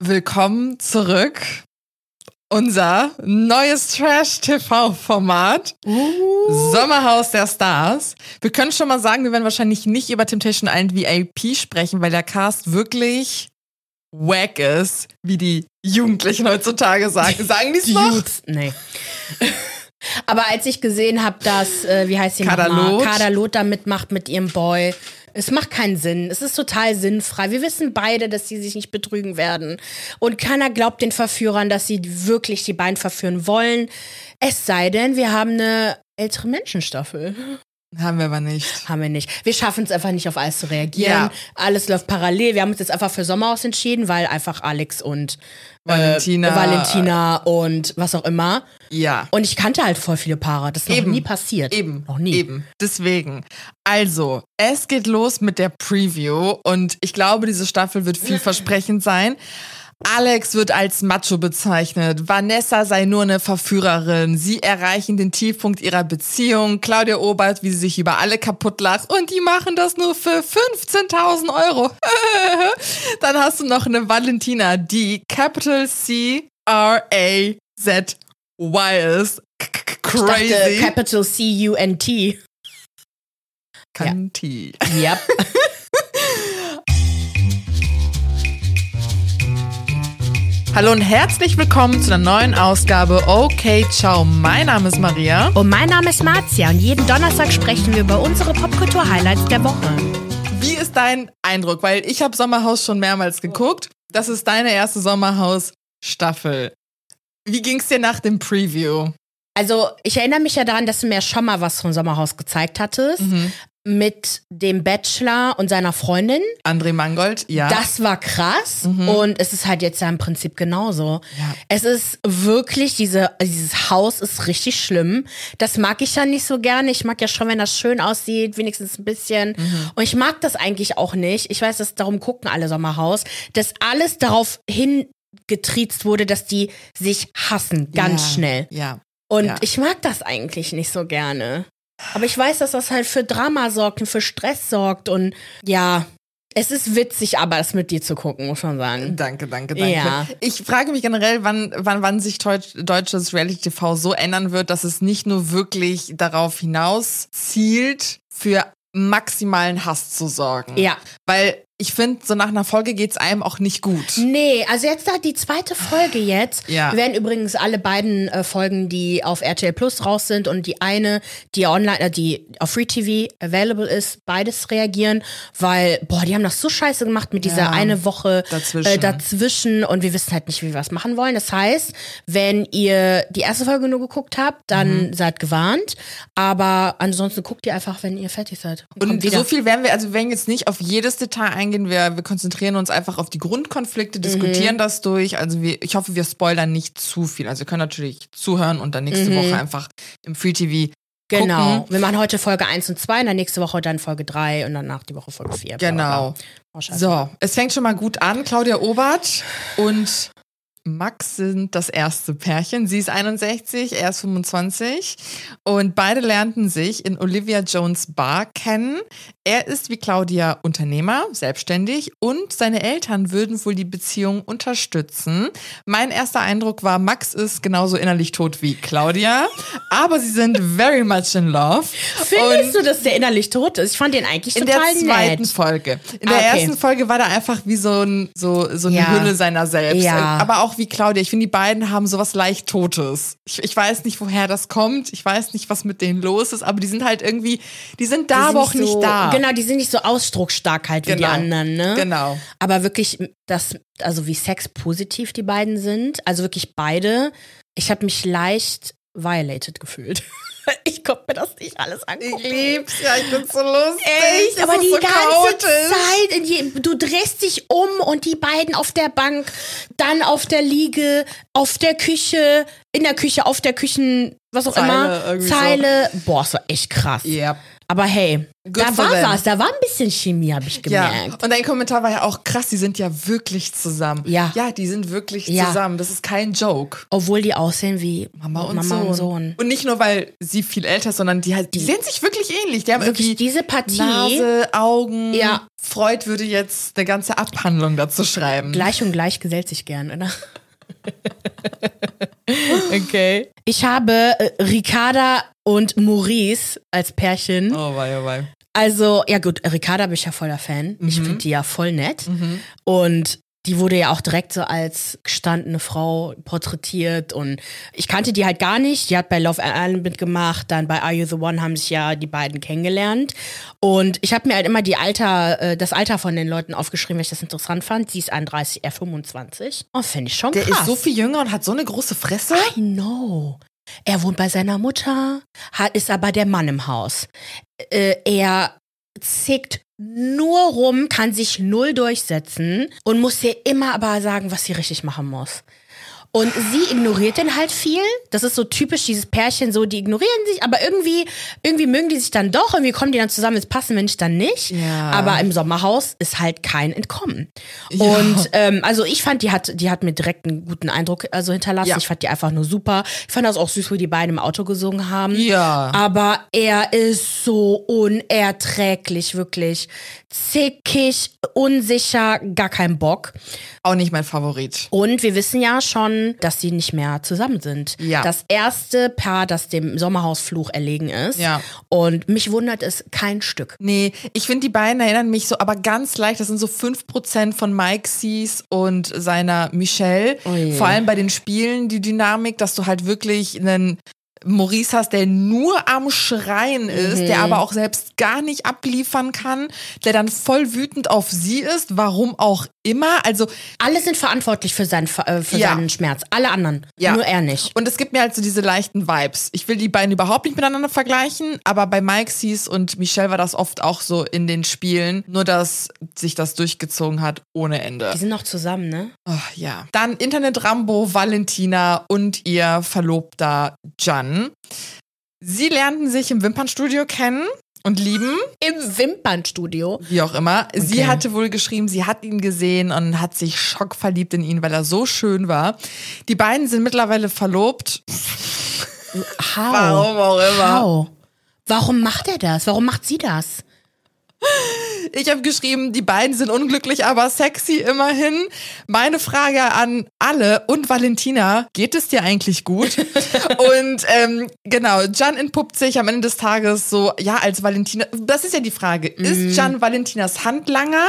Willkommen zurück. Unser neues Trash-TV-Format. Sommerhaus der Stars. Wir können schon mal sagen, wir werden wahrscheinlich nicht über Temptation Island VIP sprechen, weil der Cast wirklich wack ist, wie die Jugendlichen heutzutage sagen. Sagen die es noch? Nee. Aber als ich gesehen habe, dass, wie heißt sie Kader nochmal? Loth. Kader Loth da mitmacht mit ihrem Boy. Es macht keinen Sinn. Es ist total sinnfrei. Wir wissen beide, dass sie sich nicht betrügen werden. Und keiner glaubt den Verführern, dass sie wirklich die beiden verführen wollen. Es sei denn, wir haben eine ältere Menschenstaffel. Haben wir aber nicht. Haben wir nicht. Wir schaffen es einfach nicht, auf alles zu reagieren. Ja. Alles läuft parallel. Wir haben uns jetzt einfach für Sommerhaus entschieden, weil einfach Alex und Valentina und was auch immer. Ja. Und ich kannte halt voll viele Paare. Das ist noch nie passiert. Noch nie. Eben. Deswegen. Also, es geht los mit der Preview und ich glaube, diese Staffel wird vielversprechend sein. Alex wird als Macho bezeichnet. Vanessa sei nur eine Verführerin. Sie erreichen den Tiefpunkt ihrer Beziehung. Claudia Obert, wie sie sich über alle kaputt lacht. Und die machen das nur für 15.000 €. Dann hast du noch eine Valentina, die Capital C-R-A-Z-Y ist. Crazy. Ich dachte, Capital C-U-N-T. Kanti. Yep. Hallo und herzlich willkommen zu einer neuen Ausgabe Okay, ciao. Mein Name ist Maria. Und mein Name ist Marzia und jeden Donnerstag sprechen wir über unsere Popkultur-Highlights der Woche. Wie ist dein Eindruck? Weil ich habe Sommerhaus schon mehrmals geguckt. Das ist deine erste Sommerhaus-Staffel. Wie ging's dir nach dem Preview? Also, ich erinnere mich ja daran, dass du mir schon mal was von Sommerhaus gezeigt hattest. Mit dem Bachelor und seiner Freundin. André Mangold, ja. Das war krass und es ist halt jetzt ja im Prinzip genauso. Ja. Es ist wirklich, dieses Haus ist richtig schlimm. Das mag ich ja nicht so gerne. Ich mag ja schon, wenn das schön aussieht, wenigstens ein bisschen. Und ich mag das eigentlich auch nicht. Ich weiß, dass darum gucken alle Sommerhaus, dass alles darauf hingetriezt wurde, dass die sich hassen, ganz schnell. Ja. Und ich mag das eigentlich nicht so gerne. Aber ich weiß, dass das halt für Drama sorgt und für Stress sorgt und ja, es ist witzig, aber das mit dir zu gucken, muss man sagen. Danke. Ja. Ich frage mich generell, wann sich deutsches Reality-TV so ändern wird, dass es nicht nur wirklich darauf hinaus zielt, für maximalen Hass zu sorgen. Ja. Weil ich finde, so nach einer Folge geht's einem auch nicht gut. Nee, also jetzt da die zweite Folge jetzt. Ja. Wir werden übrigens alle beiden Folgen, die auf RTL Plus raus sind und die eine, die online, die auf Free TV available ist, beides reagieren, weil, die haben das so scheiße gemacht mit dieser eine Woche dazwischen und wir wissen halt nicht, wie wir was machen wollen. Das heißt, wenn ihr die erste Folge nur geguckt habt, dann seid gewarnt, aber ansonsten guckt ihr einfach, wenn ihr fertig seid. Und so viel werden wir werden jetzt nicht auf jedes Detail eingehen. Wir konzentrieren uns einfach auf die Grundkonflikte, diskutieren das durch. Also ich hoffe, wir spoilern nicht zu viel. Also ihr könnt natürlich zuhören und dann nächste Woche einfach im Free TV Genau. gucken. Wir machen heute Folge 1 und 2 und dann nächste Woche dann Folge 3 und danach die Woche Folge 4. Genau. So, es fängt schon mal gut an. Claudia Obert und Max sind das erste Pärchen. Sie ist 61, er ist 25 und beide lernten sich in Olivia Jones Bar kennen. Er ist wie Claudia Unternehmer, selbstständig und seine Eltern würden wohl die Beziehung unterstützen. Mein erster Eindruck war, Max ist genauso innerlich tot wie Claudia, aber sie sind very much in love. Findest du, dass der innerlich tot ist? Ich fand den eigentlich total nett. In der zweiten Folge. In der ersten Folge war der einfach wie so eine Hülle seiner selbst. Ja. Aber auch wie Claudia. Ich finde, die beiden haben sowas leicht Totes. Ich weiß nicht, woher das kommt. Ich weiß nicht, was mit denen los ist, aber die sind halt irgendwie, die sind da, aber auch nicht da. Genau, die sind nicht so ausdrucksstark halt wie die anderen, ne? Genau. Aber wirklich, also wie sexpositiv die beiden sind, also wirklich beide, ich habe mich leicht violated gefühlt. Ich konnte mir das nicht alles angucken. Ich lieb's, ja, ich find's so lustig. Echt, aber die so ganze chaotisch. Zeit, du drehst dich um und die beiden auf der Bank, dann auf der Liege, auf der Küche, in der Küche, auf der Küchen, was auch Zeile, immer, irgendwie Zeile. So. Boah, das war echt krass. Yep. Aber hey, Good da for war them. was, da war ein bisschen Chemie, habe ich Ja, gemerkt. und dein Kommentar war ja auch krass, die sind ja wirklich zusammen. Ja. Ja, die sind wirklich Ja. zusammen. Das ist kein Joke. Obwohl die aussehen wie Mama und Sohn. Und nicht nur, weil sie viel älter ist, sondern die sehen sich wirklich ähnlich. Die haben Wirklich irgendwie diese Partie. Nase, Augen. Ja. Freud würde jetzt eine ganze Abhandlung dazu schreiben. Gleich und gleich gesellt sich gern, oder? Okay. Ich habe Ricarda und Maurice als Pärchen. Oh wei, oh wei. Also, ja gut, Ricarda bin ich ja voller Fan. Ich finde die ja voll nett. Und die wurde ja auch direkt so als gestandene Frau porträtiert und ich kannte die halt gar nicht. Die hat bei Love Island mitgemacht, dann bei Are You the One haben sich ja die beiden kennengelernt. Und ich habe mir halt immer das Alter von den Leuten aufgeschrieben, weil ich das interessant fand. Sie ist 31, er 25. Oh, finde ich schon krass. Der ist so viel jünger und hat so eine große Fresse. I know. Er wohnt bei seiner Mutter, ist aber der Mann im Haus. Er zickt nur rum, kann sich null durchsetzen und muss ihr immer aber sagen, was sie richtig machen muss. Und sie ignoriert den halt viel. Das ist so typisch, dieses Pärchen, so, die ignorieren sich, aber irgendwie mögen die sich dann doch, irgendwie kommen die dann zusammen, es passen, wenn nicht, dann nicht. Ja. Aber im Sommerhaus ist halt kein Entkommen. Ja. Und also ich fand, die hat mir direkt einen guten Eindruck hinterlassen. Ja. Ich fand die einfach nur super. Ich fand das auch süß, wo die beiden im Auto gesungen haben. Ja. Aber er ist so unerträglich, wirklich. Zickig, unsicher, gar kein Bock. Auch nicht mein Favorit. Und wir wissen ja schon, dass sie nicht mehr zusammen sind. Ja. Das erste Paar, das dem Sommerhausfluch erlegen ist. Ja. Und mich wundert es kein Stück. Nee, ich finde, die beiden erinnern mich so, aber ganz leicht, das sind so 5% von Mike Cease und seiner Michelle. Oh je. Vor allem bei den Spielen, die Dynamik, dass du halt wirklich einen Maurice hast, der nur am Schreien ist, der aber auch selbst gar nicht abliefern kann, der dann voll wütend auf sie ist, warum auch immer. Also Alle sind verantwortlich für seinen Schmerz. Alle anderen. Ja. Nur er nicht. Und es gibt mir halt so diese leichten Vibes. Ich will die beiden überhaupt nicht miteinander vergleichen, aber bei Mike Cease und Michelle war das oft auch so in den Spielen, nur dass sich das durchgezogen hat ohne Ende. Die sind noch zusammen, ne? Ach, ja. Dann Internet-Rambo, Valentina und ihr Verlobter Can. Sie lernten sich im Wimpernstudio kennen und lieben. Im Wimpernstudio. Wie auch immer. Okay. Sie hatte wohl geschrieben, sie hat ihn gesehen und hat sich schockverliebt in ihn, weil er so schön war. Die beiden sind mittlerweile verlobt. How? Warum auch immer. How? Warum macht er das? Warum macht sie das? Ich habe geschrieben, die beiden sind unglücklich, aber sexy immerhin. Meine Frage an alle und Valentina, geht es dir eigentlich gut? Und genau, Can entpuppt sich am Ende des Tages so, ja, als Valentina, das ist ja die Frage, ist Can Valentinas Handlanger?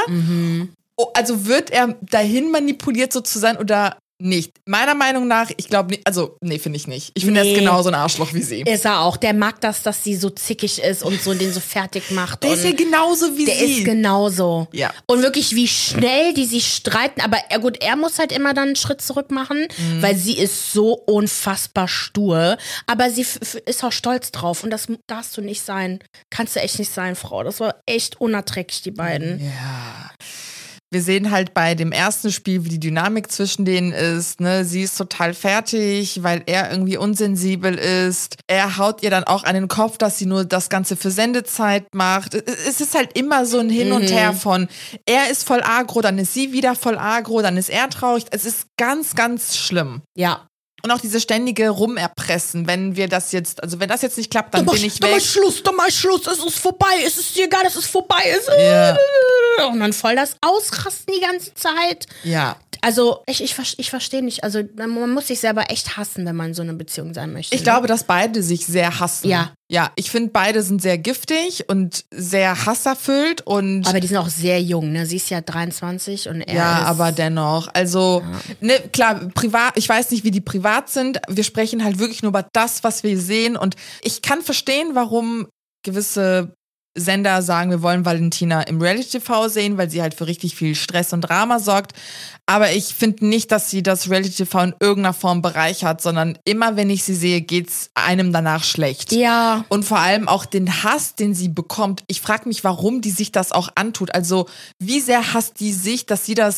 Oh, also wird er dahin manipuliert so zu sein oder nicht? Meiner Meinung nach, ich glaube nicht, also nee, finde ich nicht. Ich finde, er ist genauso ein Arschloch wie sie. Ist er auch. Der mag das, dass sie so zickig ist und so den so fertig macht. Der ist ja genauso wie der sie. ist genauso. Ja. Und wirklich, wie schnell die sich streiten. Aber gut, er muss halt immer dann einen Schritt zurück machen, weil sie ist so unfassbar stur. Aber sie ist auch stolz drauf. Und das darfst du nicht sein. Kannst du echt nicht sein, Frau. Das war echt unerträglich, die beiden. Ja. Wir sehen halt bei dem ersten Spiel, wie die Dynamik zwischen denen ist. Ne? Sie ist total fertig, weil er irgendwie unsensibel ist. Er haut ihr dann auch an den Kopf, dass sie nur das Ganze für Sendezeit macht. Es ist halt immer so ein Hin und Her von, er ist voll agro, dann ist sie wieder voll agro, dann ist er traurig. Es ist ganz, ganz schlimm. Ja. Und auch diese ständige Rumerpressen, wenn das jetzt nicht klappt, dann bin ich weg. Dann mach Schluss, es ist vorbei, es ist dir egal, es ist vorbei. Ja. Und dann voll das Ausrasten die ganze Zeit. Ja. Also, ich verstehe nicht. Also, man muss sich selber echt hassen, wenn man in so einer Beziehung sein möchte. Ich glaube, dass beide sich sehr hassen. Ja. Ja, ich finde, beide sind sehr giftig und sehr hasserfüllt und. Aber die sind auch sehr jung, ne? Sie ist ja 23 und er ja, ist... aber dennoch. Also, ne, klar, privat, ich weiß nicht, wie die privat sind. Wir sprechen halt wirklich nur über das, was wir sehen. Und ich kann verstehen, warum gewisse Sender sagen, wir wollen Valentina im Reality-TV sehen, weil sie halt für richtig viel Stress und Drama sorgt. Aber ich finde nicht, dass sie das Reality-TV in irgendeiner Form bereichert, sondern immer, wenn ich sie sehe, geht's einem danach schlecht. Ja. Und vor allem auch den Hass, den sie bekommt. Ich frage mich, warum die sich das auch antut. Also, wie sehr hasst die sich, dass sie das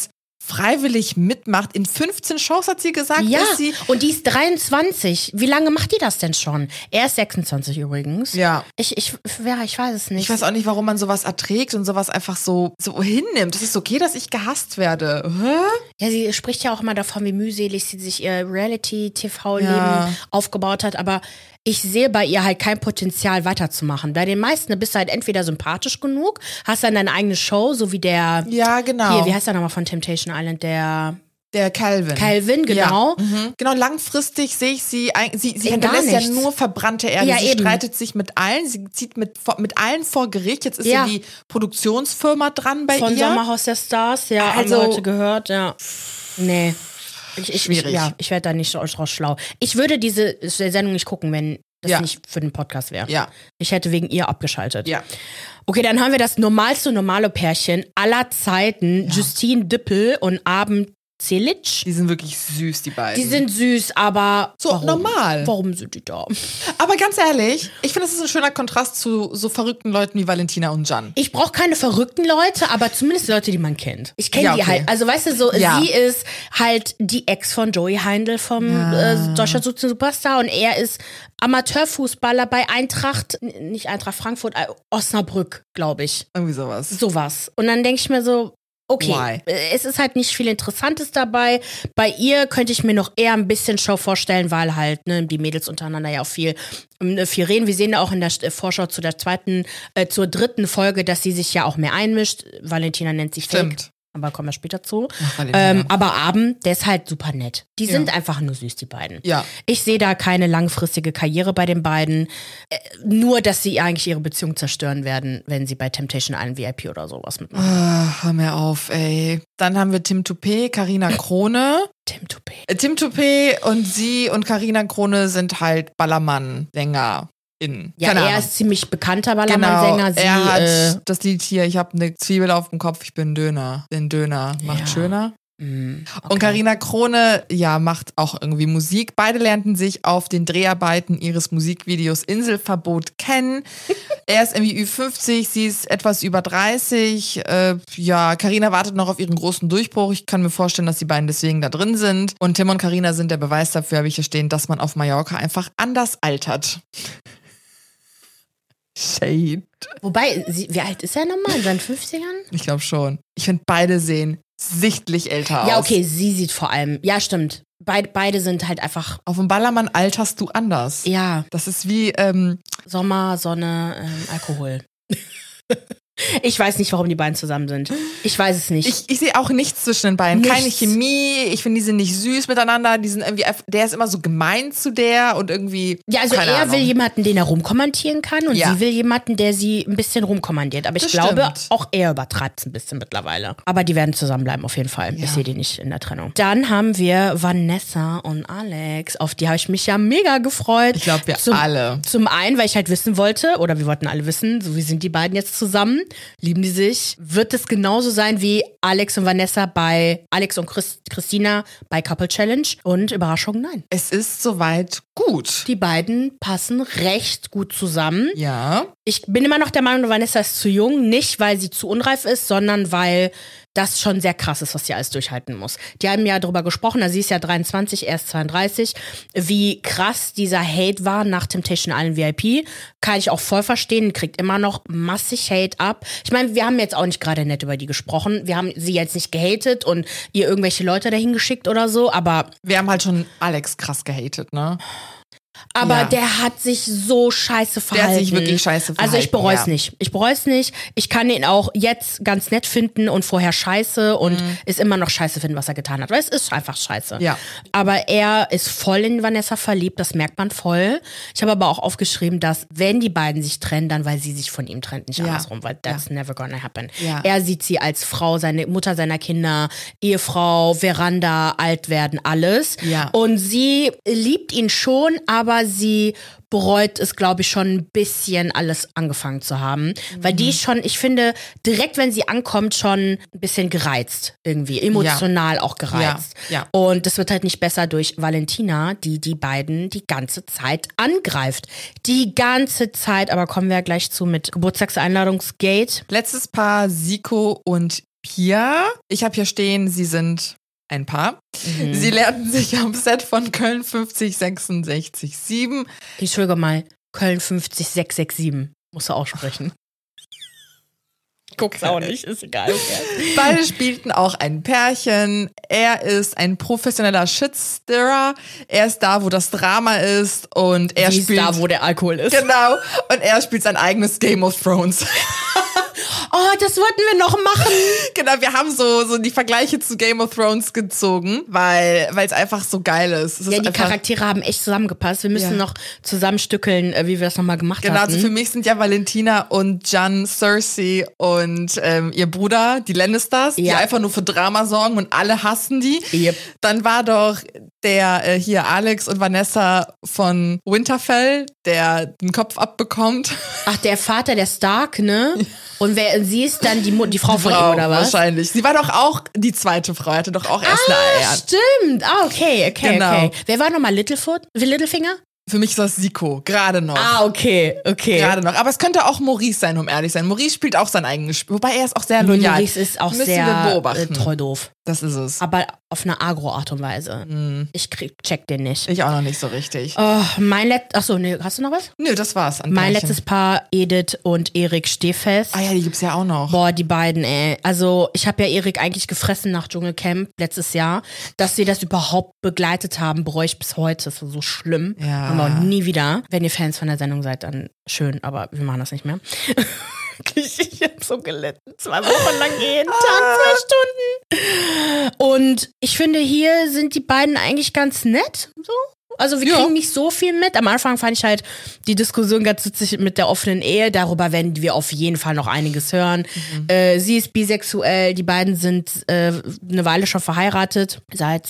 freiwillig mitmacht. In 15 Shows hat sie gesagt, Ja, ist sie. und die ist 23. Wie lange macht die das denn schon? Er ist 26 übrigens. Ja. Ich weiß es nicht. Ich weiß auch nicht, warum man sowas erträgt und sowas einfach so hinnimmt. Es ist okay, dass ich gehasst werde. Hä? Ja, sie spricht ja auch immer davon, wie mühselig sie sich ihr Reality-TV-Leben Ja. aufgebaut hat, aber ich sehe bei ihr halt kein Potenzial weiterzumachen. Bei den meisten bist du halt entweder sympathisch genug, hast dann deine eigene Show, so wie der, Ja, genau. hier, wie heißt der nochmal von Temptation Island, der Calvin. Calvin, genau. Ja. Genau, langfristig sehe ich sie In gar hinterlässt ja nichts. nur verbrannte Erde. Ja, Sie eben. streitet sich mit allen, sie zieht mit allen vor Gericht. Jetzt ist Ja. ja die Produktionsfirma dran bei Von ihr. Sommerhaus der Stars, ja, Also- haben wir heute gehört, ja. Nee. Schwierig. Ich werde da nicht draus schlau. Ich würde diese Sendung nicht gucken, wenn das Ja. nicht für den Podcast wäre. Ja. Ich hätte wegen ihr abgeschaltet. Ja. Okay, dann haben wir das normale Pärchen aller Zeiten, Justine Dippel und Abend Celic. Die sind wirklich süß, die beiden. Die sind süß, aber So warum? normal. Warum sind die da? Aber ganz ehrlich, ich finde, das ist ein schöner Kontrast zu so verrückten Leuten wie Valentina und Jan. Ich brauche keine verrückten Leute, aber zumindest Leute, die man kennt. Ich kenne Ja, die okay. halt. Also weißt du, so Ja. sie ist halt die Ex von Joey Heindl vom Deutschland sucht den Superstar und er ist Amateurfußballer bei Eintracht, nicht Eintracht Frankfurt, Osnabrück, glaube ich. Irgendwie sowas. Sowas. Und dann denke ich mir so, okay, Why? Es ist halt nicht viel Interessantes dabei. Bei ihr könnte ich mir noch eher ein bisschen Show vorstellen, weil halt die Mädels untereinander ja auch viel reden. Wir sehen ja auch in der Vorschau zur dritten Folge, dass sie sich ja auch mehr einmischt. Valentina nennt sich Fake. Stimmt. Aber kommen wir später zu. Ach, Valentina. Aber Abend, der ist halt super nett. Die Ja. sind einfach nur süß, die beiden. Ja. Ich sehe da keine langfristige Karriere bei den beiden. Nur, dass sie eigentlich ihre Beziehung zerstören werden, wenn sie bei Temptation Island VIP oder sowas mitmachen. Ach, hör mir auf, ey. Dann haben wir Tim Toupé, Carina Krone. Tim Toupé. Tim Toupé und sie und Carina Krone sind halt Ballermann-Sänger. Ja, Keine er Ahnung. ist ziemlich bekannter Genau, Ballermann-Sänger. Sie, er hat das Lied hier, ich habe eine Zwiebel auf dem Kopf, ich bin Döner. Den Döner macht Ja. schöner. okay. Und Carina Krone, ja, macht auch irgendwie Musik. Beide lernten sich auf den Dreharbeiten ihres Musikvideos Inselverbot kennen. Er ist irgendwie Ü50, sie ist etwas über 30. Ja, Carina wartet noch auf ihren großen Durchbruch. Ich kann mir vorstellen, dass die beiden deswegen da drin sind. Und Tim und Carina sind der Beweis dafür, habe ich hier stehen, dass man auf Mallorca einfach anders altert. Shade. Wobei, wie alt ist er nochmal? In seinen 50ern? Ich glaube schon. Ich finde, beide sehen sichtlich älter aus. Ja, okay, sie sieht vor allem. Ja, stimmt. Beide sind halt einfach, Auf dem Ballermann alterst du anders. ja, Das ist wie, Sommer, Sonne, Alkohol. Ich weiß nicht, warum die beiden zusammen sind. Ich weiß es nicht. ich sehe auch nichts zwischen den beiden. Keine Nichts. Chemie. Ich finde, die sind nicht süß miteinander. Die sind irgendwie, der ist immer so gemein zu der und irgendwie. Ja, also keine er Ahnung. will jemanden, den er rumkommandieren kann und Ja. sie will jemanden, der sie ein bisschen rumkommandiert. Aber ich Das glaube, stimmt. auch er übertreibt es ein bisschen mittlerweile. Aber die werden zusammenbleiben auf jeden Fall. Ja. Ich sehe die nicht in der Trennung. Dann haben wir Vanessa und Alex. Auf die habe ich mich ja mega gefreut. Ich glaube, wir Zum- alle. Zum einen, weil ich halt wissen wollte, oder wir wollten alle wissen, so wie sind die beiden jetzt zusammen? Lieben die sich? Wird es genauso sein wie Alex und Vanessa bei Alex und Christina bei Couple Challenge? Und Überraschung, nein. Es ist soweit gut. Die beiden passen recht gut zusammen. Ja. Ich bin immer noch der Meinung, Vanessa ist zu jung. Nicht, weil sie zu unreif ist, sondern weil das schon sehr krass ist, was sie alles durchhalten muss. Die haben ja darüber gesprochen, also sie ist ja 23, er ist 32, wie krass dieser Hate war nach Temptation Island VIP. Kann ich auch voll verstehen, kriegt immer noch massig Hate ab. Ich meine, wir haben jetzt auch nicht gerade nett über die gesprochen. Wir haben sie jetzt nicht gehatet und ihr irgendwelche Leute dahin geschickt oder so, aber Wir haben halt schon Alex krass gehatet, ne? Aber Ja. der hat sich so scheiße verhalten. Der hat sich wirklich scheiße verhalten. Also ich bereue es ja. nicht. Ich bereue es nicht. Ich kann ihn auch jetzt ganz nett finden und vorher scheiße und ist immer noch scheiße finden, was er getan hat. Weil es ist einfach scheiße. Ja. Aber er ist voll in Vanessa verliebt, das merkt man voll. Ich habe aber auch aufgeschrieben, dass wenn die beiden sich trennen, dann weil sie sich von ihm trennt, nicht Ja. andersrum, weil that's never gonna happen. Ja. Er sieht sie als Frau, seine Mutter seiner Kinder, Ehefrau, Veranda, alt werden, alles. Ja. Und sie liebt ihn schon, aber sie bereut es, glaube ich, schon ein bisschen alles angefangen zu haben. Weil die ist schon, ich finde, direkt wenn sie ankommt, schon ein bisschen gereizt irgendwie. Emotional auch gereizt. Ja. Und das wird halt nicht besser durch Valentina, die die beiden die ganze Zeit angreift. Die ganze Zeit, aber kommen wir ja gleich zu mit Geburtstagseinladungsgate. Letztes Paar Siko und Pia. Ich habe hier stehen, sie sind ein Paar. Sie lernten sich am Set von Köln 50667. Entschuldige mal, Köln 50667. Musst du aussprechen. Guck's auch nicht, ist egal. Beide spielten auch ein Pärchen. Er ist ein professioneller Shitstirrer. Er ist da, wo das Drama ist und er spielt da, wo der Alkohol ist. Genau. Und er spielt sein eigenes Game of Thrones. Oh, das wollten wir noch machen. Genau, wir haben so die Vergleiche zu Game of Thrones gezogen, weil es einfach so geil ist. Ja, die Charaktere haben echt zusammengepasst. Wir müssen noch zusammenstückeln, wie wir das nochmal gemacht haben. Genau, also für mich sind ja Valentina und Jon Cersei und ihr Bruder, die Lannisters, die einfach nur für Drama sorgen und alle hassen die. Yep. Dann war doch der hier Alex und Vanessa von Winterfell, der den Kopf abbekommt. Ach, der Vater, der Stark, ne? Und sie ist dann die Frau von ihm, oder was? Wahrscheinlich. Sie war doch auch die zweite Frau, hatte doch auch erst eine Eier. Stimmt. Okay. Genau. Wer war nochmal Littlefinger? Für mich ist das Siko, gerade noch. Okay. Gerade noch. Aber es könnte auch Maurice sein, um ehrlich zu sein. Maurice spielt auch sein eigenes Spiel. Wobei er ist auch sehr loyal. Maurice ist auch sehr treu doof. Das ist es. Aber auf eine Agro-Art und Weise. Ich check den nicht. Ich auch noch nicht so richtig. Achso, nee, hast du noch was? Nö, das war's. Mein letztes Paar, Edith und Erik Stehfest. Ah ja, die gibt's ja auch noch. Boah, die beiden, ey. Also, ich habe ja Erik eigentlich gefressen nach Dschungelcamp letztes Jahr. Dass sie das überhaupt begleitet haben, bereue ich bis heute. Das war so schlimm. Ja. Aber auch nie wieder. Wenn ihr Fans von der Sendung seid, dann schön. Aber wir machen das nicht mehr. Ich hab so gelitten. 2 Wochen lang jeden Tag, 2 Stunden. Und ich finde, hier sind die beiden eigentlich ganz nett. So. Also wir kriegen nicht so viel mit. Am Anfang fand ich halt die Diskussion ganz witzig mit der offenen Ehe. Darüber werden wir auf jeden Fall noch einiges hören. Sie ist bisexuell. Die beiden sind eine Weile schon verheiratet. Seit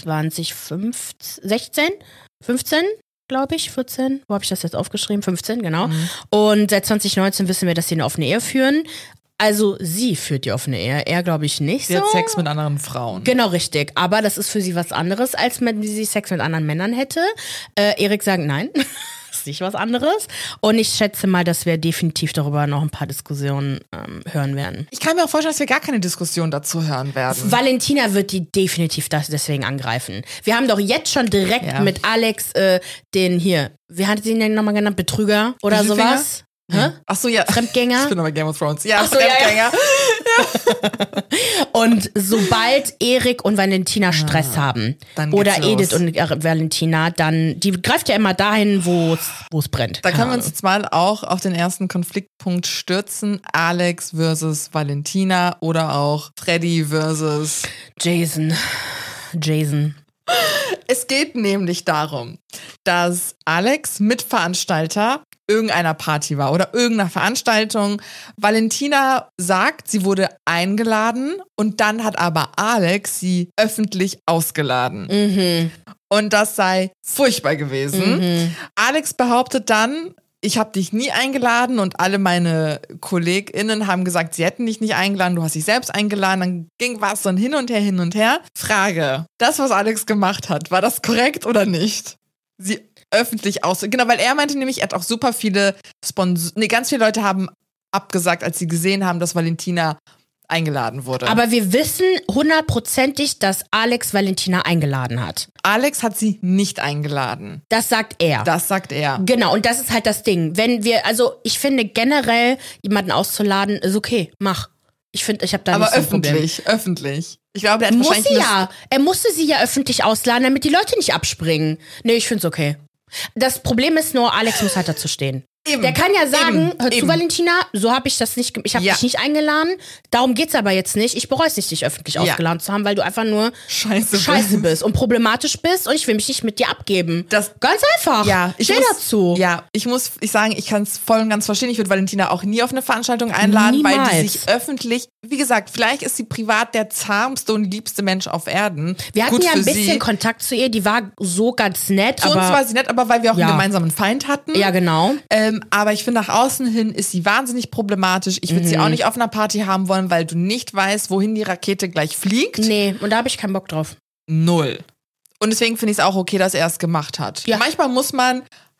2016? 15? Glaube ich, 14. Wo habe ich das jetzt aufgeschrieben? 15, genau. Und seit 2019 wissen wir, dass sie eine offene Ehe führen. Also sie führt die offene Ehe, er glaube ich nicht so. Sie hat Sex mit anderen Frauen. Genau, richtig. Aber das ist für sie was anderes, als wenn sie Sex mit anderen Männern hätte. Erik sagt nein. Ist nicht was anderes. Und ich schätze mal, dass wir definitiv darüber noch ein paar Diskussionen hören werden. Ich kann mir auch vorstellen, dass wir gar keine Diskussion dazu hören werden. Valentina wird die definitiv deswegen angreifen. Wir haben doch jetzt schon direkt mit Alex den hier, wie hat sie ihn denn nochmal genannt? Betrüger oder sowas? Hä? Ach so, ja. Fremdgänger? Ich bin noch bei Game of Thrones. Ja, Ach so, Fremdgänger. Ja. Und sobald Erik und Valentina Stress haben, dann oder los. Edith und Valentina, dann, die greift ja immer dahin, wo es brennt. Da können wir uns jetzt mal auch auf den ersten Konfliktpunkt stürzen. Alex versus Valentina oder auch Freddy versus Jason. Es geht nämlich darum, dass Alex Mitveranstalter irgendeiner Party war oder irgendeiner Veranstaltung. Valentina sagt, sie wurde eingeladen und dann hat aber Alex sie öffentlich ausgeladen. Und das sei furchtbar gewesen. Alex behauptet dann, ich habe dich nie eingeladen und alle meine KollegInnen haben gesagt, sie hätten dich nicht eingeladen, du hast dich selbst eingeladen. Dann war es so ein Hin und Her. Frage, das, was Alex gemacht hat, war das korrekt oder nicht? Sie öffentlich genau, weil er meinte nämlich, er hat auch super viele ganz viele Leute haben abgesagt, als sie gesehen haben, dass Valentina eingeladen wurde. Aber wir wissen 100%ig, dass Alex Valentina eingeladen hat. Alex hat sie nicht eingeladen. Das sagt er. Genau, und das ist halt das Ding. Ich finde generell, jemanden auszuladen, ist okay, mach. Ich habe da nicht so ein Problem. Aber öffentlich. Ich glaube, der hat wahrscheinlich... Er musste sie ja öffentlich ausladen, damit die Leute nicht abspringen. Nee, ich find's okay. Das Problem ist nur, Alex muss halt dazu stehen. Eben. Der kann ja sagen, hör zu Valentina, so habe ich das nicht, ich habe dich nicht eingeladen, darum geht's aber jetzt nicht, ich bereue es nicht, dich öffentlich ausgeladen zu haben, weil du einfach nur scheiße bist und problematisch bist und ich will mich nicht mit dir abgeben. Ganz einfach. Ja, Steh dazu. Ja, ich sagen, ich kann es voll und ganz verstehen, ich würde Valentina auch nie auf eine Veranstaltung einladen, Niemals. weil die sich öffentlich, wie gesagt, vielleicht ist sie privat der zahmste und liebste Mensch auf Erden. Wir hatten ja ein bisschen Kontakt zu ihr, die war so ganz nett. Zu uns war sie nett, aber weil wir auch einen gemeinsamen Feind hatten. Ja, genau. Aber ich finde, nach außen hin ist sie wahnsinnig problematisch. Ich würde sie auch nicht auf einer Party haben wollen, weil du nicht weißt, wohin die Rakete gleich fliegt. Nee, und da habe ich keinen Bock drauf. 0. Und deswegen finde ich es auch okay, dass er es gemacht hat. Ja. Manchmal muss man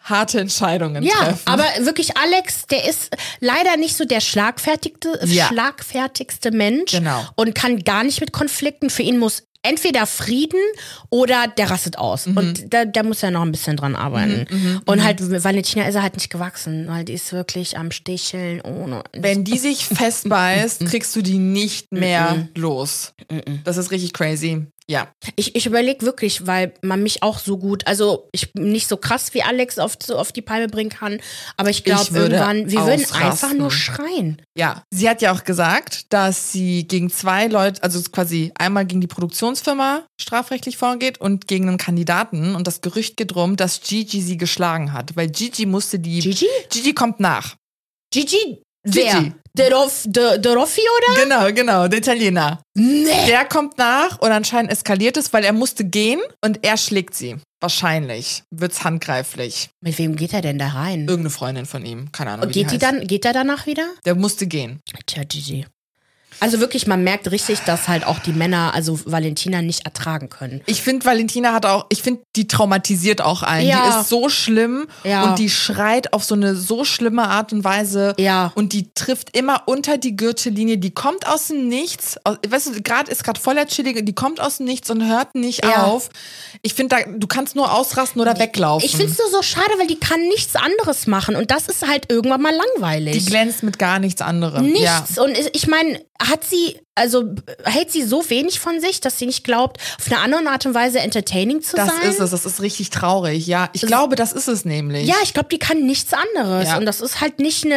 harte Entscheidungen Ja, treffen. aber wirklich Alex, der ist leider nicht so der schlagfertigste Mensch und kann gar nicht mit Konflikten. Für ihn muss entweder Frieden oder der rastet aus. Und da muss er noch ein bisschen dran arbeiten. Und halt, Valentina ist er halt nicht gewachsen, weil die ist wirklich am Sticheln. Wenn die sich festbeißt, kriegst du die nicht mehr los. Das ist richtig crazy. Ja. Ich überlege wirklich, weil man mich auch so gut, also ich nicht so krass wie Alex auf die Palme bringen kann, aber ich glaube irgendwann, wir würden einfach nur schreien. Ja, sie hat ja auch gesagt, dass sie gegen 2 Leute, also quasi einmal gegen die Produktionsfirma strafrechtlich vorgeht und gegen einen Kandidaten, und das Gerücht geht rum, dass Gigi sie geschlagen hat, weil Gigi musste die... Gigi kommt nach. Gigi? Wer? De Roffi, oder? Genau, der Italiener. Nee. Der kommt nach und anscheinend eskaliert es, weil er musste gehen und er schlägt sie. Wahrscheinlich wird's handgreiflich. Mit wem geht er denn da rein? Irgendeine Freundin von ihm, keine Ahnung. Und geht er danach wieder? Der musste gehen. Tja, Gigi. Also wirklich, man merkt richtig, dass halt auch die Männer, also Valentina, nicht ertragen können. Ich finde, Valentina die traumatisiert auch einen. Ja. Die ist so schlimm und die schreit auf so eine so schlimme Art und Weise. Ja. Und die trifft immer unter die Gürtellinie. Die kommt aus dem Nichts. Weißt du, ist gerade voller Chillige. Die kommt aus dem Nichts und hört nicht auf. Ich finde, du kannst nur ausrasten oder weglaufen. Ich finde es nur so schade, weil die kann nichts anderes machen. Und das ist halt irgendwann mal langweilig. Die glänzt mit gar nichts anderem. Nichts. Ja. Und ich meine, hält sie so wenig von sich, dass sie nicht glaubt, auf eine andere Art und Weise entertaining zu sein? Das ist richtig traurig, ja. Ich glaube, das ist es nämlich. Ja, ich glaube, die kann nichts anderes. Ja. Und das ist halt nicht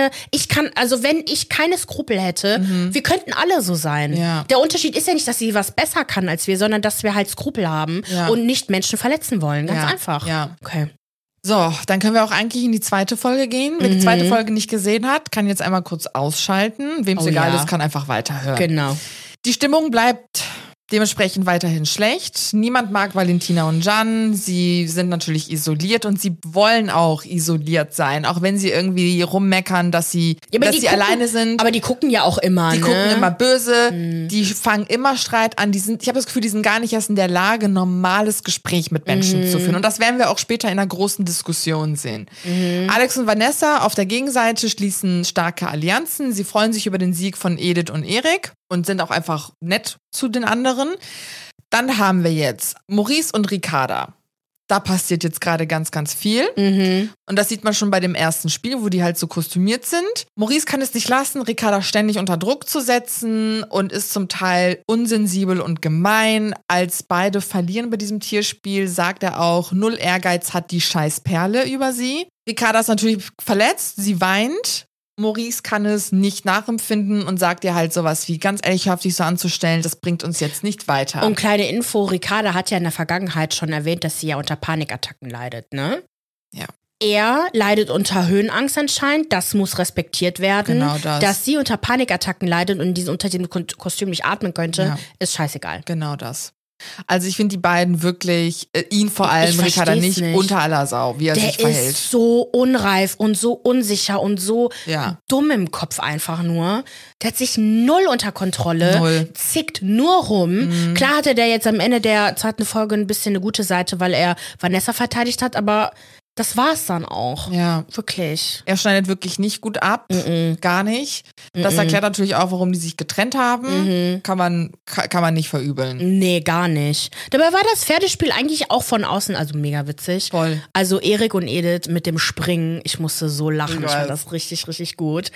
wenn ich keine Skrupel hätte, wir könnten alle so sein. Ja. Der Unterschied ist ja nicht, dass sie was besser kann als wir, sondern dass wir halt Skrupel haben und nicht Menschen verletzen wollen. Ganz einfach. Ja. Okay. So, dann können wir auch eigentlich in die zweite Folge gehen. Wer die zweite Folge nicht gesehen hat, kann jetzt einmal kurz ausschalten. Wem es egal ist, kann einfach weiterhören. Genau. Die Stimmung bleibt dementsprechend weiterhin schlecht. Niemand mag Valentina und Gian. Sie sind natürlich isoliert und sie wollen auch isoliert sein, auch wenn sie irgendwie rummeckern, dass sie alleine sind. Aber die gucken ja auch immer, Die gucken immer böse, die fangen immer Streit an. Ich habe das Gefühl, die sind gar nicht erst in der Lage, ein normales Gespräch mit Menschen zu führen. Und das werden wir auch später in einer großen Diskussion sehen. Alex und Vanessa auf der Gegenseite schließen starke Allianzen. Sie freuen sich über den Sieg von Edith und Erik und sind auch einfach nett zu den anderen. Dann haben wir jetzt Maurice und Ricarda. Da passiert jetzt gerade ganz, ganz viel. Und das sieht man schon bei dem ersten Spiel, wo die halt so kostümiert sind. Maurice kann es nicht lassen, Ricarda ständig unter Druck zu setzen und ist zum Teil unsensibel und gemein. Als beide verlieren bei diesem Tierspiel, sagt er auch, 0 Ehrgeiz hat die Scheißperle über sie. Ricarda ist natürlich verletzt, sie weint. Maurice kann es nicht nachempfinden und sagt ihr halt sowas wie, ganz ehrlich, hör auf dich so anzustellen, das bringt uns jetzt nicht weiter. Und kleine Info, Ricarda hat ja in der Vergangenheit schon erwähnt, dass sie ja unter Panikattacken leidet, ne? Ja. Er leidet unter Höhenangst anscheinend, das muss respektiert werden. Genau das. Dass sie unter Panikattacken leidet und unter dem Kostüm nicht atmen könnte, ist scheißegal. Genau das. Also ich finde die beiden wirklich, ihn vor allem, Ricarda nicht, unter aller Sau, wie er sich verhält. Der ist so unreif und so unsicher und so dumm im Kopf einfach nur. Der hat sich null unter Kontrolle, zickt nur rum. Klar hatte der jetzt am Ende der zweiten Folge ein bisschen eine gute Seite, weil er Vanessa verteidigt hat, aber das war's dann auch. Ja. Wirklich. Er schneidet wirklich nicht gut ab. Gar nicht. Das erklärt natürlich auch, warum die sich getrennt haben. Kann man nicht verübeln. Nee, gar nicht. Dabei war das Pferdespiel eigentlich auch von außen, also mega witzig. Voll. Also Erik und Edith mit dem Springen, ich musste so lachen. Ich fand das richtig, richtig gut.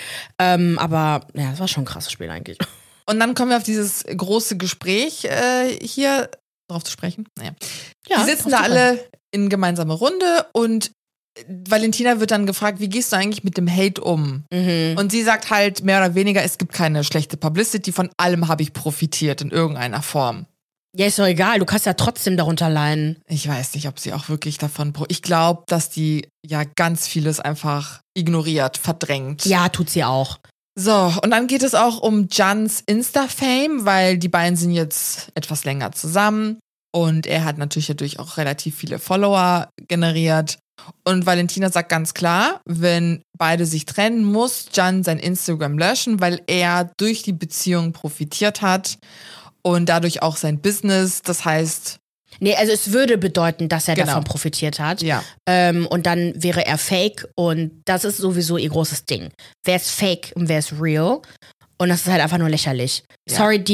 Aber ja, das war schon ein krasses Spiel eigentlich. Und dann kommen wir auf dieses große Gespräch hier drauf zu sprechen. Naja. Die sitzen da alle in gemeinsame Runde und Valentina wird dann gefragt, wie gehst du eigentlich mit dem Hate um? Und sie sagt halt mehr oder weniger, es gibt keine schlechte Publicity, von allem habe ich profitiert in irgendeiner Form. Ja, ist doch egal, du kannst ja trotzdem darunter leiden. Ich weiß nicht, ob sie auch wirklich davon ich glaube, dass die ja ganz vieles einfach ignoriert, verdrängt. Ja, tut sie auch. So, und dann geht es auch um Gians Insta-Fame, weil die beiden sind jetzt etwas länger zusammen. Und er hat natürlich auch relativ viele Follower generiert. Und Valentina sagt ganz klar, wenn beide sich trennen, muss Gian sein Instagram löschen, weil er durch die Beziehung profitiert hat und dadurch auch sein Business. Das heißt... Nee, also es würde bedeuten, dass er Genau. davon profitiert hat. Ja. Und dann wäre er fake und das ist sowieso ihr großes Ding. Wer ist fake und wer ist real? Und das ist halt einfach nur lächerlich. Ja. Sorry,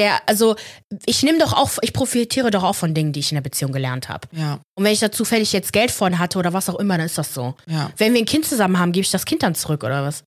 ich profitiere doch auch von Dingen, die ich in der Beziehung gelernt habe. Ja. Und wenn ich da zufällig jetzt Geld von hatte oder was auch immer, dann ist das so. Ja. Wenn wir ein Kind zusammen haben, gebe ich das Kind dann zurück oder was?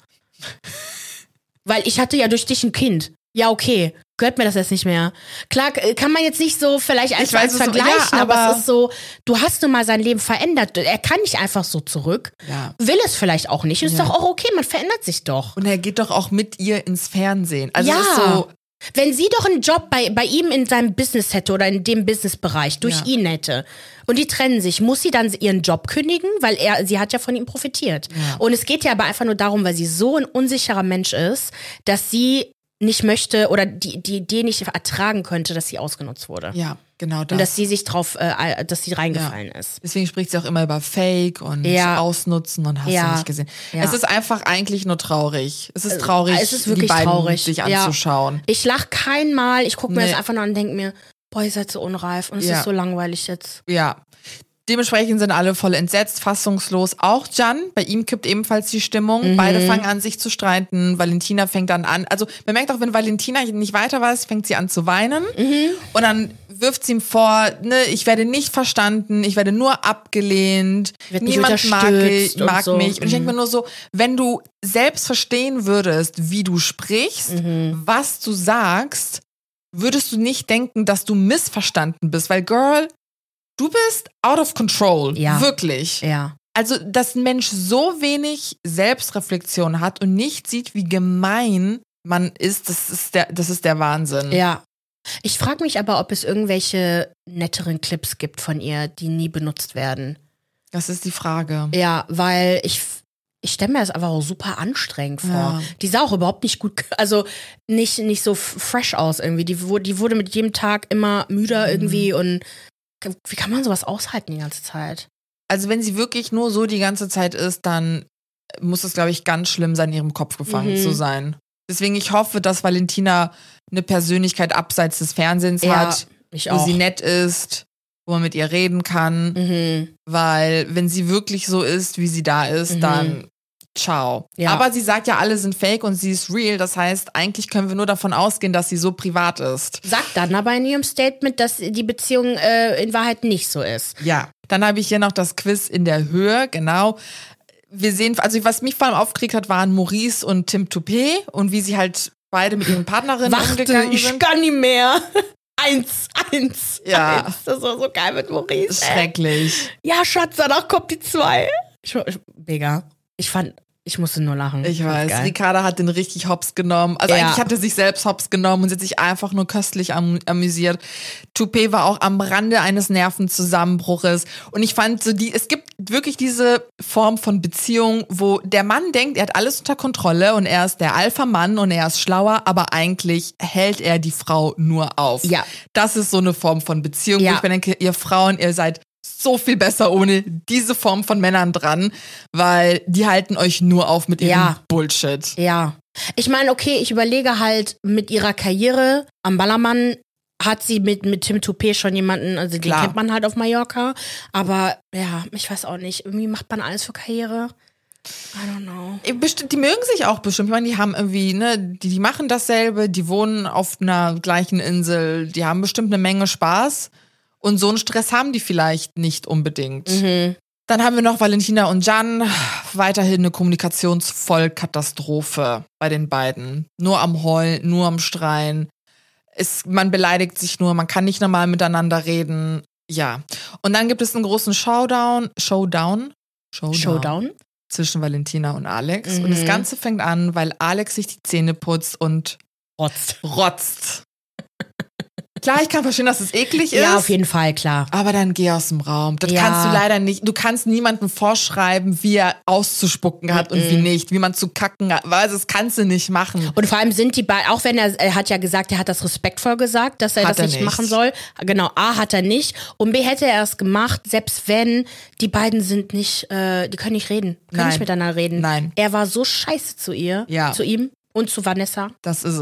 Weil ich hatte ja durch dich ein Kind. Ja, okay. Gehört mir das jetzt nicht mehr. Klar, kann man jetzt nicht so vielleicht eins zu eins vergleichen, aber es ist so, du hast nun mal sein Leben verändert. Er kann nicht einfach so zurück. Ja. Will es vielleicht auch nicht. Ist doch auch okay, man verändert sich doch. Und er geht doch auch mit ihr ins Fernsehen. Also Ja. es ist so, Wenn sie doch einen Job bei ihm in seinem Business hätte oder in dem Businessbereich durch ihn hätte und die trennen sich, muss sie dann ihren Job kündigen? Weil sie hat ja von ihm profitiert. Ja. Und es geht ja aber einfach nur darum, weil sie so ein unsicherer Mensch ist, dass sie nicht möchte oder die Idee nicht ertragen könnte, dass sie ausgenutzt wurde. ja, genau das. Und dass sie sich dass sie reingefallen ist. Deswegen spricht sie auch immer über Fake und Ausnutzen und hast du nicht gesehen. Ja. Es ist einfach eigentlich nur traurig. Es ist traurig, Es ist wirklich die beiden traurig. sich anzuschauen. Ich lache kein Mal, ich gucke mir Nee. das einfach nur an und denke mir, boah, ihr seid so unreif und es ist so langweilig jetzt. Ja. Dementsprechend sind alle voll entsetzt, fassungslos. Auch Can, bei ihm kippt ebenfalls die Stimmung. Beide fangen an, sich zu streiten. Valentina fängt dann an. Also man merkt auch, wenn Valentina nicht weiter weiß, fängt sie an zu weinen. Und dann wirft sie ihm vor, ne, ich werde nicht verstanden, ich werde nur abgelehnt. Wird nicht Niemand mag unterstützt und so. mich. Und ich denke mir nur so, wenn du selbst verstehen würdest, wie du sprichst, was du sagst, würdest du nicht denken, dass du missverstanden bist. Weil, Girl, du bist out of control. Ja. Wirklich. Ja. Also, dass ein Mensch so wenig Selbstreflexion hat und nicht sieht, wie gemein man ist, das ist der Wahnsinn. Ja. Ich frage mich aber, ob es irgendwelche netteren Clips gibt von ihr, die nie benutzt werden. Das ist die Frage. Ja, weil ich stelle mir das einfach auch super anstrengend vor. Ja. Die sah auch überhaupt nicht gut, also nicht so fresh aus irgendwie. Die wurde mit jedem Tag immer müder irgendwie und wie kann man sowas aushalten die ganze Zeit? Also, wenn sie wirklich nur so die ganze Zeit ist, dann muss es, glaube ich, ganz schlimm sein, in ihrem Kopf gefangen zu sein. Deswegen, ich hoffe, dass Valentina eine Persönlichkeit abseits des Fernsehens hat, ich wo auch. sie nett ist, wo man mit ihr reden kann. Weil, wenn sie wirklich so ist, wie sie da ist, dann ciao. Ja. Aber sie sagt ja, alle sind fake und sie ist real. Das heißt, eigentlich können wir nur davon ausgehen, dass sie so privat ist. Sagt dann aber in ihrem Statement, dass die Beziehung in Wahrheit nicht so ist. Ja. Dann habe ich hier noch das Quiz in der Höhe, genau. Wir sehen, also was mich vor allem aufgeregt hat, waren Maurice und Tim Toupet und wie sie halt beide mit ihren Partnerinnen umgegangen sind. kann nicht mehr. 1. Ja. Das war so geil mit Maurice. Schrecklich. Ja, Schatz, danach kommt die 2. Mega. Ich musste nur lachen. Ich weiß, Geil. Ricarda hat den richtig hops genommen. Also Ja. eigentlich hat er sich selbst hops genommen und sie hat sich einfach nur köstlich amüsiert. Toupet war auch am Rande eines Nervenzusammenbruches. Und ich fand so, es gibt wirklich diese Form von Beziehung, wo der Mann denkt, er hat alles unter Kontrolle und er ist der Alpha-Mann und er ist schlauer, aber eigentlich hält er die Frau nur auf. Ja. Das ist so eine Form von Beziehung, Ja. wo ich mir denke, ihr Frauen, ihr seid so viel besser ohne diese Form von Männern dran, weil die halten euch nur auf mit ihrem Ja. Bullshit. Ja. Ich meine, okay, ich überlege halt mit ihrer Karriere am Ballermann hat sie mit Tim Toupet schon jemanden, also den Klar. kennt man halt auf Mallorca, aber ja, ich weiß auch nicht, irgendwie macht man alles für Karriere. I don't know. Die mögen sich auch bestimmt. Ich meine, die haben irgendwie, ne, die machen dasselbe, die wohnen auf einer gleichen Insel, die haben bestimmt eine Menge Spaß. Und so einen Stress haben die vielleicht nicht unbedingt. Dann haben wir noch Valentina und Can. Weiterhin eine Kommunikationsvollkatastrophe bei den beiden. Nur am Heulen, nur am Schreien. Man beleidigt sich nur, man kann nicht normal miteinander reden. Ja. Und dann gibt es einen großen Showdown zwischen Valentina und Alex. Und das Ganze fängt an, weil Alex sich die Zähne putzt und rotzt. Klar, ich kann verstehen, dass es eklig ist. Ja, auf jeden Fall, klar. Aber dann geh aus dem Raum. Das Ja. kannst du leider nicht. Du kannst niemandem vorschreiben, wie er auszuspucken hat und wie nicht, wie man zu kacken hat. Weil das kannst du nicht machen. Und vor allem sind die beiden, auch wenn er hat ja gesagt, er hat das respektvoll gesagt, dass er Hat das er nicht nicht. machen soll. Genau, A hat er nicht. Und B hätte er es gemacht, selbst wenn die beiden sind nicht, die können nicht reden. Können Nein. nicht miteinander reden. Nein. Er war so scheiße zu ihr, Ja. zu ihm und zu Vanessa. Das ist es.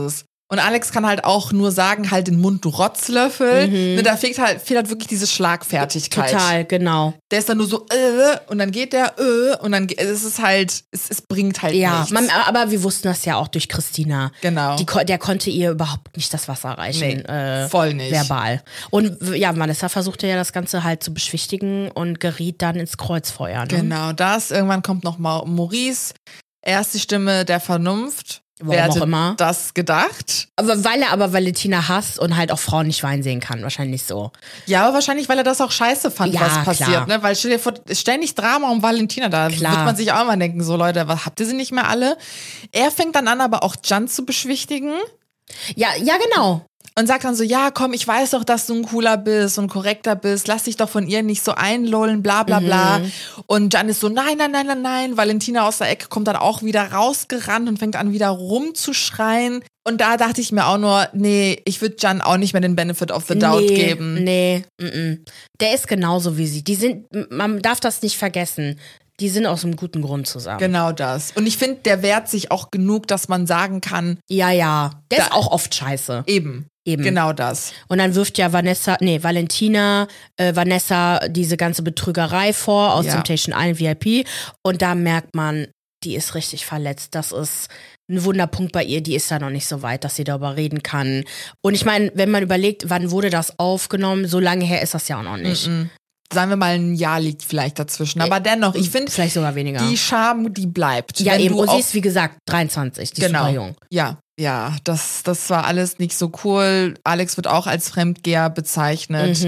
Und Alex kann halt auch nur sagen, halt den Mund, du Rotzlöffel. Ne, da fehlt halt wirklich diese Schlagfertigkeit. Total, genau. Der ist dann nur so, und dann geht der, und dann, es ist halt, es bringt halt nichts. Aber wir wussten das ja auch durch Christina. Genau. Der konnte ihr überhaupt nicht das Wasser reichen. Nee, voll nicht. Verbal. Und ja, Vanessa versuchte ja das Ganze halt zu beschwichtigen und geriet dann ins Kreuzfeuer. Ne? Genau, irgendwann kommt noch mal Maurice, erst die Stimme der Vernunft. Warum auch immer. Das gedacht? Aber weil er Valentina hasst und halt auch Frauen nicht Wein sehen kann, wahrscheinlich so. Ja, aber wahrscheinlich, weil er das auch scheiße fand, was passiert. Klar. Ne? Weil stell dir vor, ständig Drama um Valentina, da wird man sich auch immer denken, so Leute, habt ihr sie nicht mehr alle? Er fängt dann an, aber auch Can zu beschwichtigen. Ja, genau. Und sagt dann so, ja, komm, ich weiß doch, dass du ein cooler bist und korrekter bist. Lass dich doch von ihr nicht so einlullen, bla bla bla. Und Can ist so, nein. Valentina aus der Ecke kommt dann auch wieder rausgerannt und fängt an, wieder rumzuschreien. Und da dachte ich mir auch nur, nee, ich würde Can auch nicht mehr den Benefit of the Doubt geben. Nee. Der ist genauso wie sie. Man darf das nicht vergessen. Die sind aus einem guten Grund zusammen. Genau das. Und ich finde, der wehrt sich auch genug, dass man sagen kann. Ja. Der ist auch oft scheiße. Eben. Genau das. Und dann wirft ja Valentina Vanessa diese ganze Betrügerei vor aus Temptation Island VIP. Und da merkt man, die ist richtig verletzt. Das ist ein Wunderpunkt bei ihr. Die ist da noch nicht so weit, dass sie darüber reden kann. Und ich meine, wenn man überlegt, wann wurde das aufgenommen, so lange her ist das ja auch noch nicht. Sagen wir mal, ein Jahr liegt vielleicht dazwischen. Aber dennoch, ich finde, vielleicht sogar weniger. Die Scham, die bleibt. Ja, eben. Und sie ist, wie gesagt, 23. Die ist super jung. Ja, das war alles nicht so cool. Alex wird auch als Fremdgeher bezeichnet.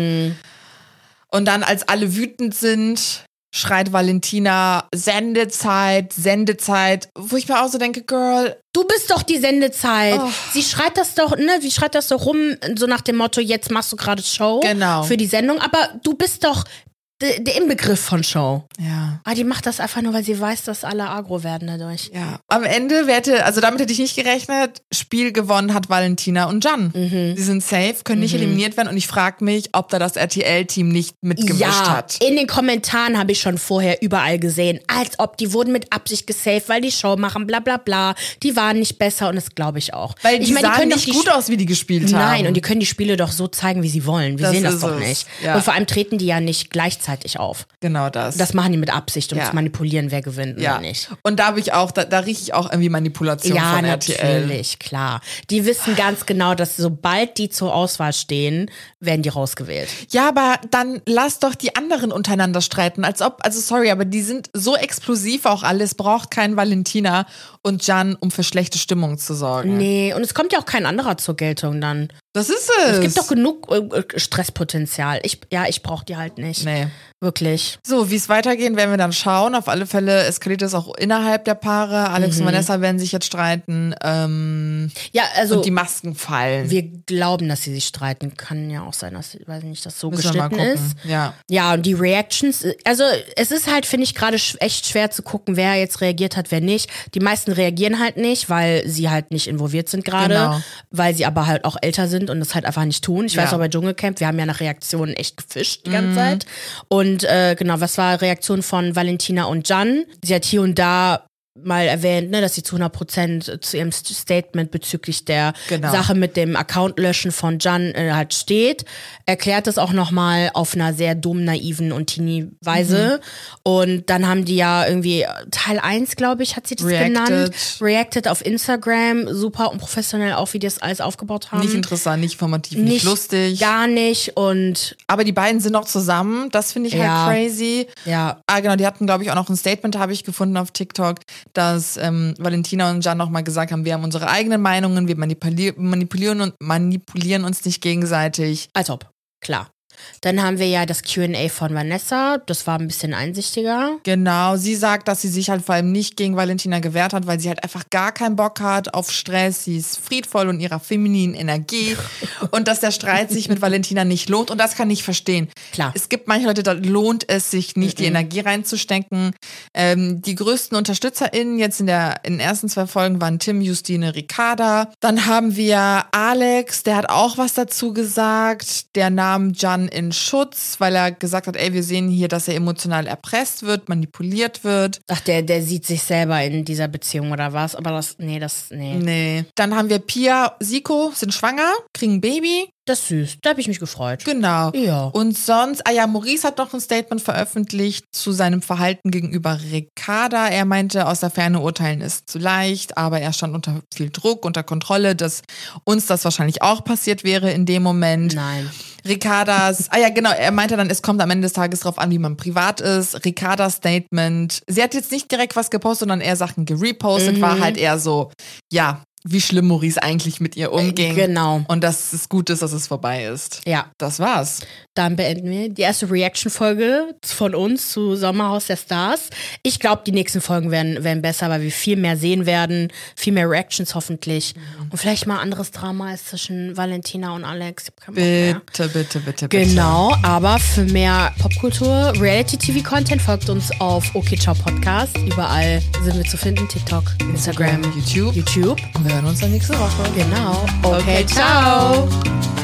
Und dann, als alle wütend sind, schreit Valentina Sendezeit, wo ich mir auch so denke, Girl, du bist doch die Sendezeit. Sie schreit das doch, sie schreit das doch rum, so nach dem Motto, jetzt machst du gerade Show für die Sendung, aber du bist doch der Inbegriff von Show. Ja. Aber die macht das einfach nur, weil sie weiß, dass alle aggro werden dadurch. Ja. Am Ende damit hätte ich nicht gerechnet, Spiel gewonnen hat Valentina und Can. Die sind safe, können nicht eliminiert werden und ich frage mich, ob da das RTL-Team nicht mitgemischt hat. In den Kommentaren habe ich schon vorher überall gesehen, als ob die wurden mit Absicht gesaved, weil die Show machen, bla bla bla. Die waren nicht besser und das glaube ich auch. Weil die sahen nicht gut aus, wie die gespielt haben. Nein, und die können die Spiele doch so zeigen, wie sie wollen. Wir sehen das doch nicht. Ja. Und vor allem treten die ja nicht gleichzeitig auf. Genau das. Das machen die mit Absicht, um zu manipulieren, wer gewinnt oder nicht. Und da habe ich auch, da rieche ich auch irgendwie Manipulation von RTL. Ja, natürlich, klar. Die wissen ganz genau, dass sobald die zur Auswahl stehen, werden die rausgewählt. Ja, aber dann lass doch die anderen untereinander streiten, sorry, aber die sind so explosiv auch alles, braucht kein Valentina und Can, um für schlechte Stimmung zu sorgen. Nee, und es kommt ja auch kein anderer zur Geltung dann. Das ist es. Es gibt doch genug Stresspotenzial. Ich brauche die halt nicht. Nee. Wirklich. So, wie es weitergeht, werden wir dann schauen. Auf alle Fälle eskaliert es auch innerhalb der Paare. Alex und Vanessa werden sich jetzt streiten. Und die Masken fallen. Wir glauben, dass sie sich streiten. Kann ja auch sein, dass, weiß nicht, das so geschnitten ist. Ja, und die Reactions, also es ist halt, finde ich, gerade echt schwer zu gucken, wer jetzt reagiert hat, wer nicht. Die meisten reagieren halt nicht, weil sie halt nicht involviert sind gerade, weil sie aber halt auch älter sind und das halt einfach nicht tun. Ich weiß auch bei Dschungelcamp, wir haben ja nach Reaktionen echt gefischt die ganze Zeit. Und was war Reaktion von Valentina und Can? Sie hat hier und da mal erwähnt, dass sie zu 100% zu ihrem Statement bezüglich der Sache mit dem Account-Löschen von Can halt steht. Erklärt es auch nochmal auf einer sehr dumm, naiven und teeny-Weise. Und dann haben die ja irgendwie Teil 1, glaube ich, hat sie das genannt. Reacted auf Instagram. Super unprofessionell auch, wie die das alles aufgebaut haben. Nicht interessant, nicht informativ, nicht lustig. Gar nicht. Aber die beiden sind noch zusammen. Das finde ich halt crazy. Ja. Genau, die hatten, glaube ich, auch noch ein Statement, habe ich gefunden auf TikTok, dass Valentina und Can nochmal gesagt haben, wir haben unsere eigenen Meinungen, wir manipulieren uns nicht gegenseitig. Als ob, klar. Dann haben wir ja das Q&A von Vanessa, das war ein bisschen einsichtiger. Genau, sie sagt, dass sie sich halt vor allem nicht gegen Valentina gewehrt hat, weil sie halt einfach gar keinen Bock hat auf Stress, sie ist friedvoll und ihrer femininen Energie und dass der Streit sich mit Valentina nicht lohnt und das kann ich verstehen. Klar. Es gibt manche Leute, da lohnt es sich nicht, die Energie reinzustecken. Die größten UnterstützerInnen jetzt in den ersten 2 Folgen waren Tim, Justine, Ricarda. Dann haben wir Alex, der hat auch was dazu gesagt, der nahm Can in Schutz, weil er gesagt hat, ey, wir sehen hier, dass er emotional erpresst wird, manipuliert wird. Ach, der sieht sich selber in dieser Beziehung oder was? Aber nee. Nee. Dann haben wir Pia, Siko, sind schwanger, kriegen ein Baby. Das ist süß, da habe ich mich gefreut. Genau. Ja. Und sonst, Maurice hat noch ein Statement veröffentlicht zu seinem Verhalten gegenüber Ricarda. Er meinte, aus der Ferne urteilen ist zu leicht, aber er stand unter viel Druck, unter Kontrolle, dass uns das wahrscheinlich auch passiert wäre in dem Moment. Nein. Ricardas, er meinte dann, es kommt am Ende des Tages drauf an, wie man privat ist. Ricardas Statement, sie hat jetzt nicht direkt was gepostet, sondern eher Sachen gerepostet, war halt eher so, ja, wie schlimm Maurice eigentlich mit ihr umging. Genau. Und dass es gut ist, dass es vorbei ist. Ja. Das war's. Dann beenden wir die erste Reaction-Folge von uns zu Sommerhaus der Stars. Ich glaube, die nächsten Folgen werden besser, weil wir viel mehr sehen werden, viel mehr Reactions hoffentlich. Und vielleicht mal anderes Drama als zwischen Valentina und Alex. Bitte. Genau, aber für mehr Popkultur, Reality-TV-Content folgt uns auf OK Ciao Podcast. Überall sind wir zu finden. TikTok, Instagram, YouTube. Und wir hören uns dann nächste Woche. Genau. Okay, ciao.